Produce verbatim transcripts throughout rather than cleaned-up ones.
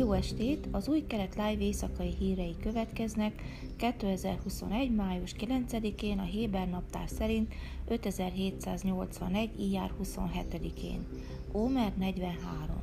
Jó estét! Az Új Kelet Live éjszakai hírei következnek kétezer-huszonegy. május kilencedikén, a Héber naptár szerint ötezer-hétszáznyolcvanegy. ijár huszonhetedikén. Ómer negyvenhárom.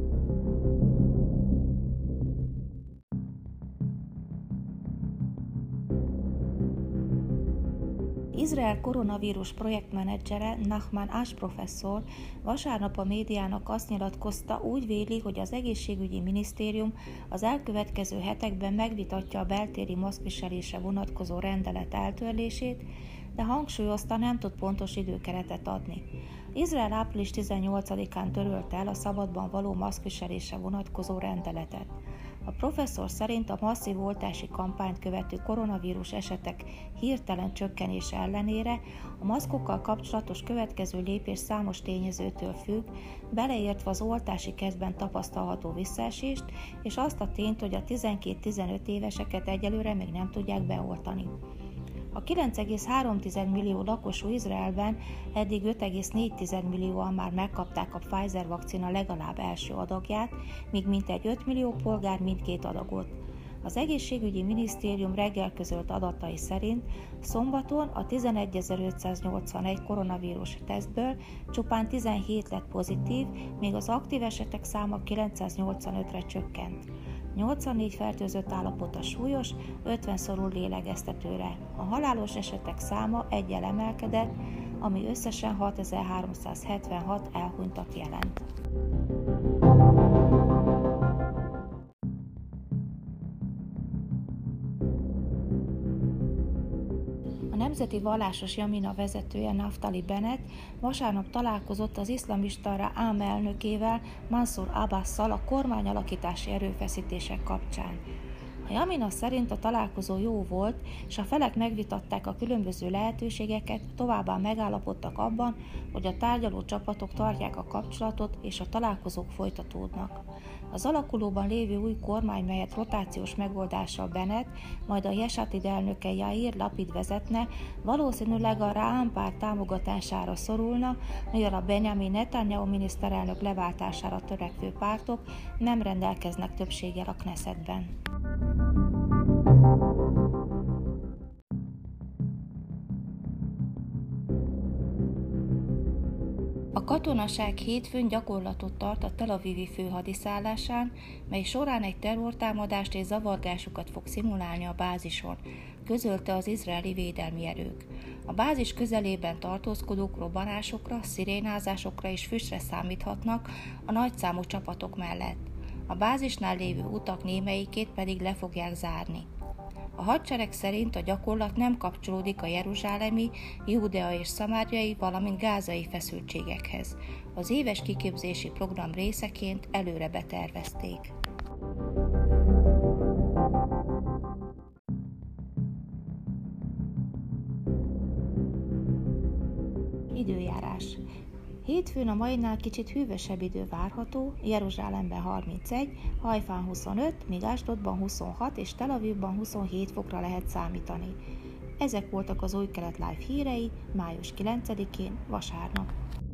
Izrael koronavírus projektmenedzsere Nachman Ash professzor vasárnap a médiának azt nyilatkozta, úgy véli, hogy az egészségügyi minisztérium az elkövetkező hetekben megvitatja a beltéri maszkviselésre vonatkozó rendelet eltörlését, de hangsúlyozta, nem tud pontos időkeretet adni. Izrael április tizennyolcadikán törölte el a szabadban való maszkviselésre vonatkozó rendeletet. A professzor szerint a masszív oltási kampányt követő koronavírus esetek hirtelen csökkenése ellenére a maszkokkal kapcsolatos következő lépés számos tényezőtől függ, beleértve az oltási kezdben tapasztalható visszaesést, és azt a tényt, hogy a tizenkét-tizenöt éveseket egyelőre még nem tudják beoltani. A kilenc egész három millió lakosú Izraelben eddig öt egész négy millióan már megkapták a Pfizer vakcina legalább első adagját, míg mintegy öt millió polgár mindkét adagot. Az egészségügyi minisztérium reggel közölt adatai szerint szombaton a tizenegyezer-ötszáznyolcvanegy koronavírus tesztből csupán tizenhét lett pozitív, míg az aktív esetek száma kilencszáznyolcvanötre csökkent. nyolcvannégy fertőzött állapota súlyos, ötven szorul lélegeztetőre. A halálos esetek száma eggyel emelkedett, ami összesen hatezer-háromszázhetvenhat elhunytat jelent. A Nemzeti Vallásos Jamina vezetője Naftali Bennett vasárnap találkozott az iszlamista Ra'am elnökével, Mansur Abbasszal a kormányalakítási erőfeszítések kapcsán. A Jamina szerint a találkozó jó volt, és a felek megvitatták a különböző lehetőségeket, továbbá megállapodtak abban, hogy a tárgyaló csapatok tartják a kapcsolatot, és a találkozók folytatódnak. Az alakulóban lévő új kormány, melyet rotációs megoldással Bennett, majd a Jesatid elnöke Yair Lapid vezetne, valószínűleg a Ra'am párt támogatására szorulna, mivel a Benjamin Netanyahu miniszterelnök leváltására törekvő pártok nem rendelkeznek többséggel a Knessetben. A katonaság hétfőn gyakorlatot tart a Tel Avivi főhadiszállásán, mely során egy terrortámadást és zavargásokat fog szimulálni a bázison, közölte az izraeli védelmi erők. A bázis közelében tartózkodók robbanásokra, szirénázásokra és füstre számíthatnak a nagyszámú csapatok mellett. A bázisnál lévő utak némelyikét pedig le fogják zárni. A hadsereg szerint a gyakorlat nem kapcsolódik a jeruzsálemi, Júdea és szamáriai, valamint gázai feszültségekhez. Az éves kiképzési program részeként előre betervezték. Időjárás. Hétfőn a mainál kicsit hűvösebb idő várható, Jeruzsálemben harmincegy, Hajfán huszonöt, míg Asdodban huszonhat és Tel Avivban huszonhét fokra lehet számítani. Ezek voltak az Új Kelet Live hírei május kilencedikén, vasárnap.